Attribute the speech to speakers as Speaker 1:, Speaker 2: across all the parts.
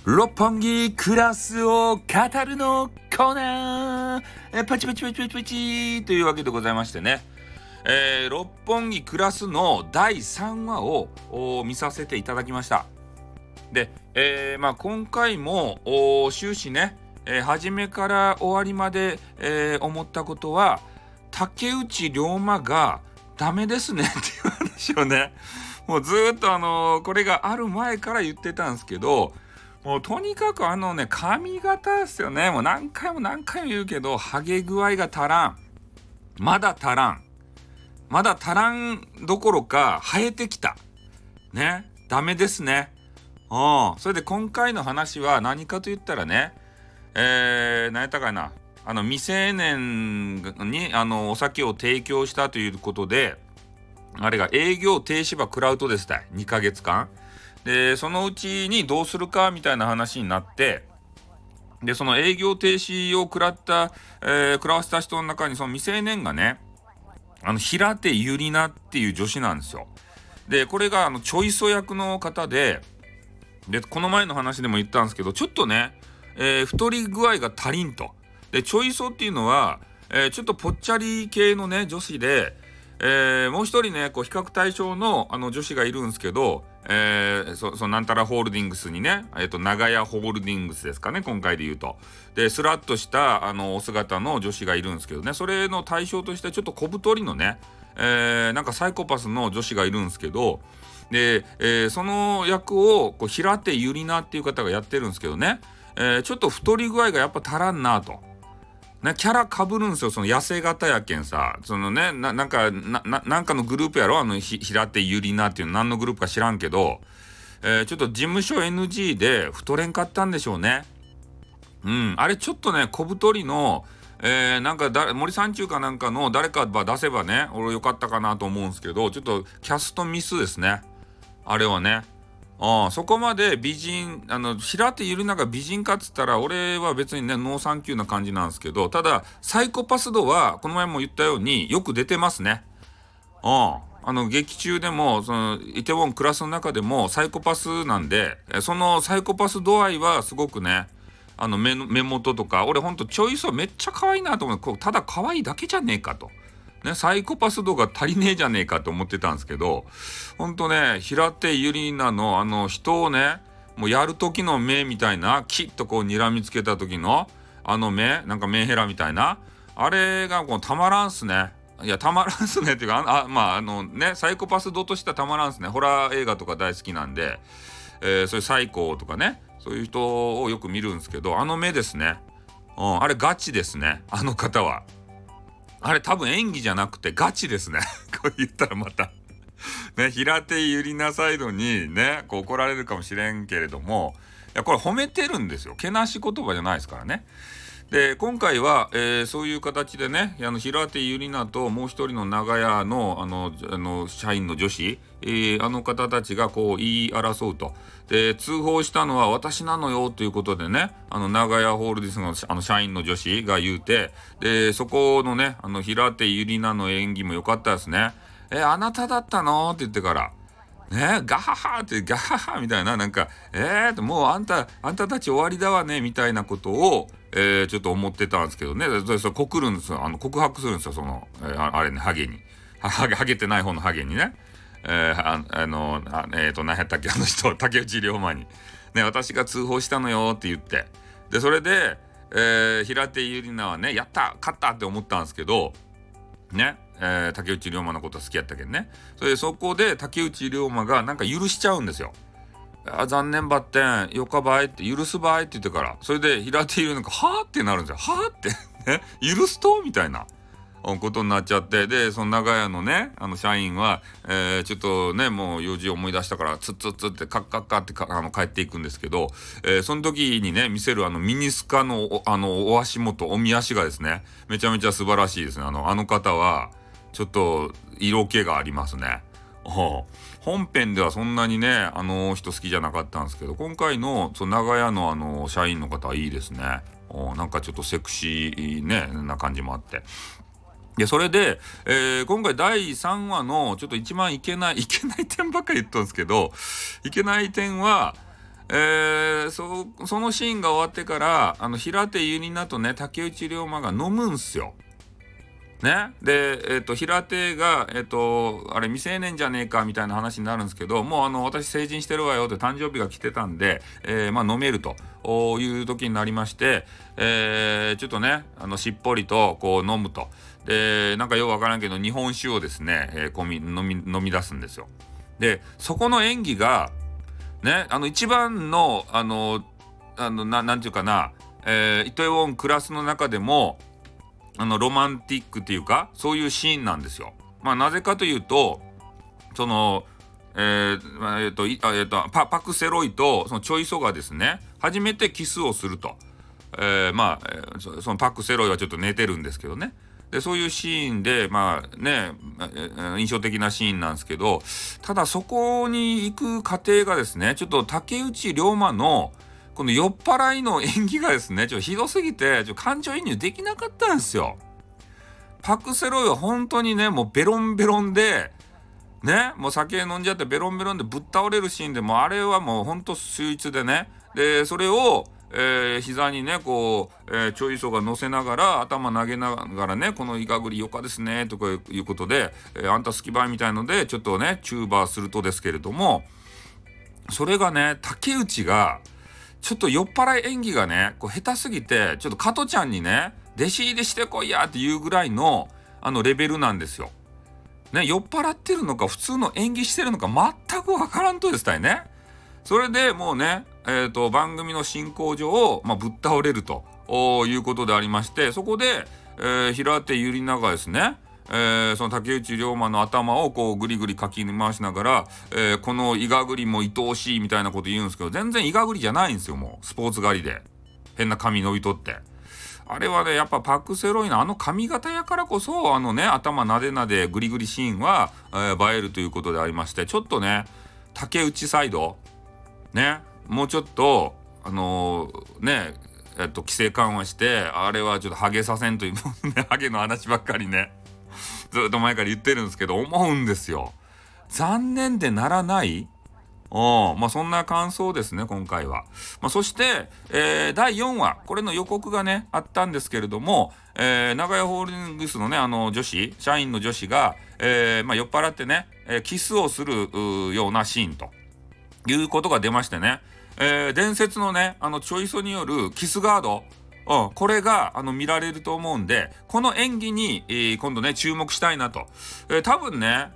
Speaker 1: 六本木クラスを語るのコーナー、パチパチパチパチパチというわけでございましてね、六本木クラスの第3話を見させていただきました。で、今回も終始ね、初めから終わりまで、思ったことは、竹内涼真がダメですねっていう話をね、もうずっとこれがある前から言ってたんですけど、もうとにかく髪型ですよね。もう何回も言うけど、ハゲ具合が足らん。まだ足らんどころか生えてきた。ね。ダメですね。それで今回の話は何かと言ったらね、何やったかな。未成年にお酒を提供したということで、あれが営業停止場食らうとですね、2ヶ月間。で、そのうちにどうするかみたいな話になって、で、その営業停止を食らわせた人の中にその未成年がね、平手友梨奈っていう女子なんですよ。で、これがチョイソ役の方で、この前の話でも言ったんですけど、ちょっとね、太り具合が足りんと。で、チョイソっていうのは、ちょっとぽっちゃり系のね、女子で、もう一人ね、比較対象の女子がいるんですけど、なんたらホールディングスにね、長屋ホールディングスですかね、今回で言うと。で、スラッとしたお姿の女子がいるんですけどね、それの対象としてちょっと小太りのね、なんかサイコパスの女子がいるんですけど、で、その役を平手友梨奈っていう方がやってるんですけどね、ちょっと太り具合がやっぱ足らんなと。ね、キャラ被るんですよ。その痩せ型やけんさ。そのね、なんかのグループやろ、平手友梨奈っていうの何のグループか知らんけど、ちょっと事務所 NG で太れんかったんでしょうね。あれちょっとね、小太りの、森三中かなんかの誰か出せばね、俺よかったかなと思うんですけど、ちょっとキャストミスですね。あれはね。そこまで美人、平手友梨奈が美人かっつったら、俺は別にね、ノーサンキューな感じなんですけど、ただ、サイコパス度は、この前も言ったようによく出てますね。劇中でも、イテウォンクラスの中でもサイコパスなんで、そのサイコパス度合いはすごくね、目元とか、俺ほんとチョイスはめっちゃ可愛いなと思う。ただ可愛いだけじゃねえかと。ね、サイコパス度が足りねえじゃねえかと思ってたんですけど、ほんとね、平手友梨奈の人をね、もうやる時の目みたいな、キッと睨みつけた時の目、なんかメンヘラみたいな、あれがたまらんっすね。いや、たまらんっすねっていうか、サイコパス度としてはたまらんっすね。ホラー映画とか大好きなんで、そういうサイコとかね、そういう人をよく見るんですけど、目ですね。あれガチですね。あの方は。あれ多分演技じゃなくてガチですね。こう言ったらまたね、平手友梨奈サイドにね、怒られるかもしれんけれども、いや、これ褒めてるんですよ。けなし言葉じゃないですからね。で、今回は、そういう形でね、平手友梨奈ともう一人の長屋の社員の女子、あの方たちが言い争うと。で、通報したのは私なのよということでね、長屋ホールディングスの社員の女子が言うて、で、そこのね、平手友梨奈の演技も良かったですね。あなただったのって言ってから、ね、ガハハってガハハみたいな、なんか、もうあんたたち終わりだわね、みたいなことを、ちょっと思ってたんですけどね、告るんですよ。告白するんですよ、あれね、ハゲに。ハゲてない方のハゲにね。何やったっけ、竹内涼真に。ね、私が通報したのよって言って。で、それで、平手友梨奈はね、やった、勝ったって思ったんですけど、ね、竹内涼真のこと好きやったけどね。そこで竹内涼真がなんか許しちゃうんですよ。残念ばってん、よかばいって許すばいって言ってから、それで平手友梨奈がはーってなるんですよ。はーってね、許すとみたいなことになっちゃって、で、その長屋のね、社員は、ちょっとね、もう用事を思い出したから、ツッツッツッってカッカッカって帰っていくんですけど、その時にね、見せるミニスカのお足元、おみ足がですね、めちゃめちゃ素晴らしいですね。あの方は、ちょっと色気がありますね。本編ではそんなにね、人好きじゃなかったんですけど、今回の長屋の社員の方はいいですね。なんかちょっとセクシーね、な感じもあって。で、それで、今回第3話のちょっと一番いけない点ばっかり言ったんですけど、いけない点は、 そのシーンが終わってから平手友梨奈とね竹内涼真が飲むんすよ。ね、で、平手が、あれ未成年じゃねえかみたいな話になるんですけど、もう私成人してるわよって誕生日が来てたんで、飲めるという時になりまして、ちょっとねしっぽりとこう飲むと。でなんかよくわからんけど日本酒をですね、飲み出すんですよ。でそこの演技がね一番のなんていうかな、イテウォンクラスの中でもロマンティックっていうかそういうシーンなんですよ。なぜかというとそのパク・セロイとそのチョイソがですね初めてキスをすると、そのパク・セロイはちょっと寝てるんですけどね。でそういうシーンで印象的なシーンなんですけど、ただそこに行く過程がですねちょっと竹内涼真のこの酔っ払いの演技がですねちょっとひどすぎて感情移入できなかったんですよ。パク・セロイは本当にねもうベロンベロンでねもう酒飲んじゃってベロンベロンでぶっ倒れるシーンでもあれはもう本当秀逸でね、でそれを膝にねこう、チョイソが乗せながら頭投げながらねこのイガグリよかですねとかいうことで、あんた好きばいみたいのでちょっとねチューバーするとですけれども、それがね竹内がちょっと酔っ払い演技がねこう下手すぎてちょっと加トちゃんにね弟子入りしてこいやっていうぐらいのレベルなんですよ。ね、酔っ払ってるのか普通の演技してるのか全くわからんとですたいね。それでもうね、番組の進行上、ぶっ倒れるということでありまして、そこで、平手友梨奈がですね、その竹内涼真の頭をこうぐりぐりかき回しながら、このイガグリも愛おしいみたいなこと言うんですけど、全然イガグリじゃないんですよ。もうスポーツ狩りで変な髪伸びとって、あれはねやっぱパク・セロイの髪型やからこそ頭なでなでグリグリシーンは、映えるということでありまして、ちょっとね竹内サイドねもうちょっと規制緩和して、あれはちょっとハゲさせんというねハゲの話ばっかりねずっと前から言ってるんですけど思うんですよ。残念でならない。そんな感想ですね今回は。そして、第4話これの予告がねあったんですけれども、長屋ホールディングスのね社員の女子が、酔っ払ってね、キスをするようなシーンということが出ましてね、伝説のねチョイソによるキスガード、これが見られると思うんで、この演技に、今度ね注目したいなと。多分ね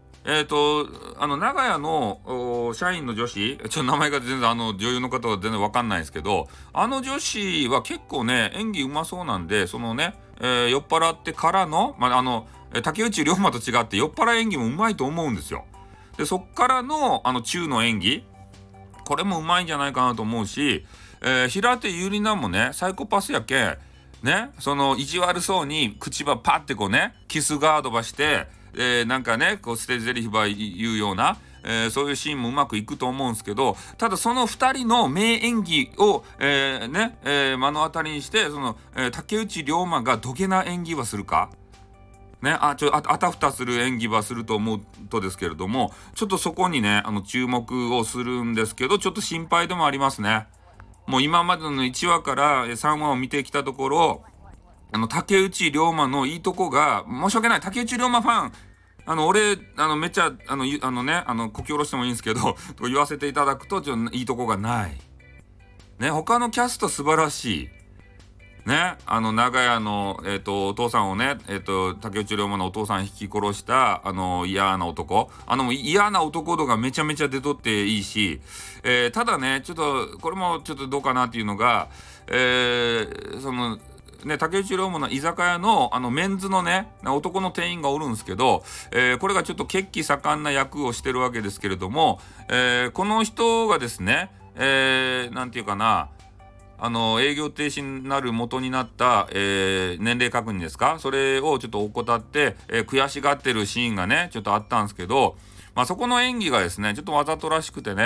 Speaker 1: 長屋の社員の女子名前が全然女優の方は全然わかんないですけど、女子は結構ね演技うまそうなんで、そのね、酔っ払ってからの、竹内涼真と違って酔っ払い演技もうまいと思うんですよ。でそっからの中の演技これもうまいんじゃないかなと思うし、平手友梨奈もねサイコパスやけね、その意地悪そうに口ばパッてこうねキスガードばして、なんかねこうステージゼリフば言うような、そういうシーンもうまくいくと思うんですけど、ただその2人の名演技を、目の当たりにしてその、竹内涼真がどげな演技はするかね、あたふたする演技はすると思うとですけれども、ちょっとそこにね注目をするんですけど、ちょっと心配でもありますね。もう今までの1話から3話を見てきたところ、竹内涼真のいいとこが、申し訳ない竹内涼真ファン俺めっちゃこき下ろしてもいいんですけどと言わせていただくとちょっといいとこがないね。他のキャスト素晴らしいね。長屋のお父さんをね竹内涼真のお父さん引き殺した嫌な男、嫌な男度がめちゃめちゃ出とっていいし、ただねちょっとこれもちょっとどうかなっていうのが、そのね、竹内涼真の居酒屋のメンズのね男の店員がおるんですけど、これがちょっと血気盛んな役をしてるわけですけれども、この人がですね、なんていうかな営業停止になる元になった、年齢確認ですか、それをちょっと怠って、悔しがってるシーンがねちょっとあったんですけど、そこの演技がですねちょっとわざとらしくてね、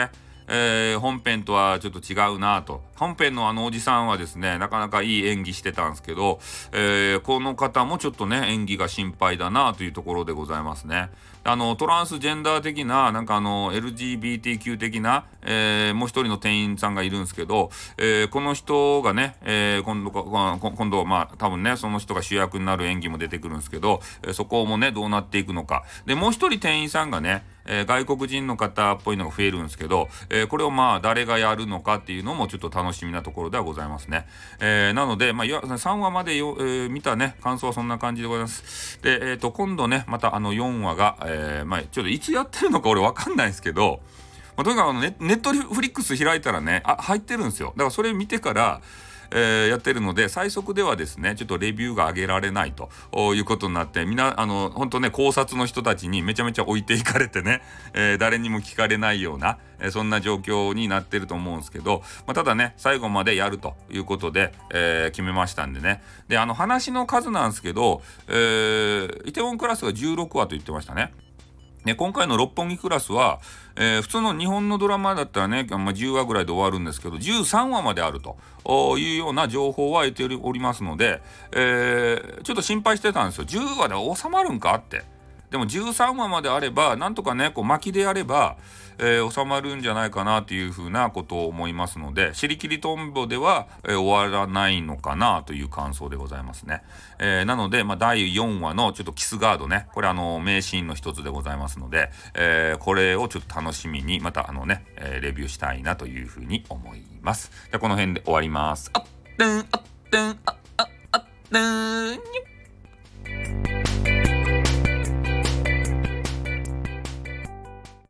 Speaker 1: 本編とはちょっと違うなと。本編のおじさんはですね、なかなかいい演技してたんですけど、この方もちょっとね、演技が心配だなというところでございますね。トランスジェンダー的な、なんかLGBTQ 的な、もう一人の店員さんがいるんですけど、この人がね、今度、まあ、多分ね、その人が主役になる演技も出てくるんですけど、そこもね、どうなっていくのか。で、もう一人店員さんがね、外国人の方っぽいのが増えるんですけど、これをまあ誰がやるのかっていうのもちょっと楽しみなところではございますね。なので、まあ、3話まで見たね、感想はそんな感じでございます。で、今度ね、また4話が、まあ、ちょっといつやってるのか俺わかんないんですけど、まあ、とにかくネットフリックス開いたらね、入ってるんですよ。だからそれ見てから、やってるので、最速ではですね、ちょっとレビューが上げられないということになって、みんな、本当ね、考察の人たちにめちゃめちゃ置いていかれてね、誰にも聞かれないような、そんな状況になってると思うんですけど、まあ、ただね、最後までやるということで、決めましたんでね。で、話の数なんですけど、イテウォンクラスが16話と言ってましたね。で、今回の六本木クラスは、普通の日本のドラマだったらね、まあ、10話ぐらいで終わるんですけど、13話まであるというような情報は得ておりますので、ちょっと心配してたんですよ。10話で収まるんかって。でも13話まであれば、なんとかね、こう巻きでやれば、収まるんじゃないかなというふうなことを思いますので、尻切りトンボでは、終わらないのかなという感想でございますね。なので、まあ、第4話のちょっとキスガードね、これ名シーンの一つでございますので、これをちょっと楽しみに、またレビューしたいなというふうに思います。じゃあこの辺で終わります。あってん、あってん、あってん、にゅ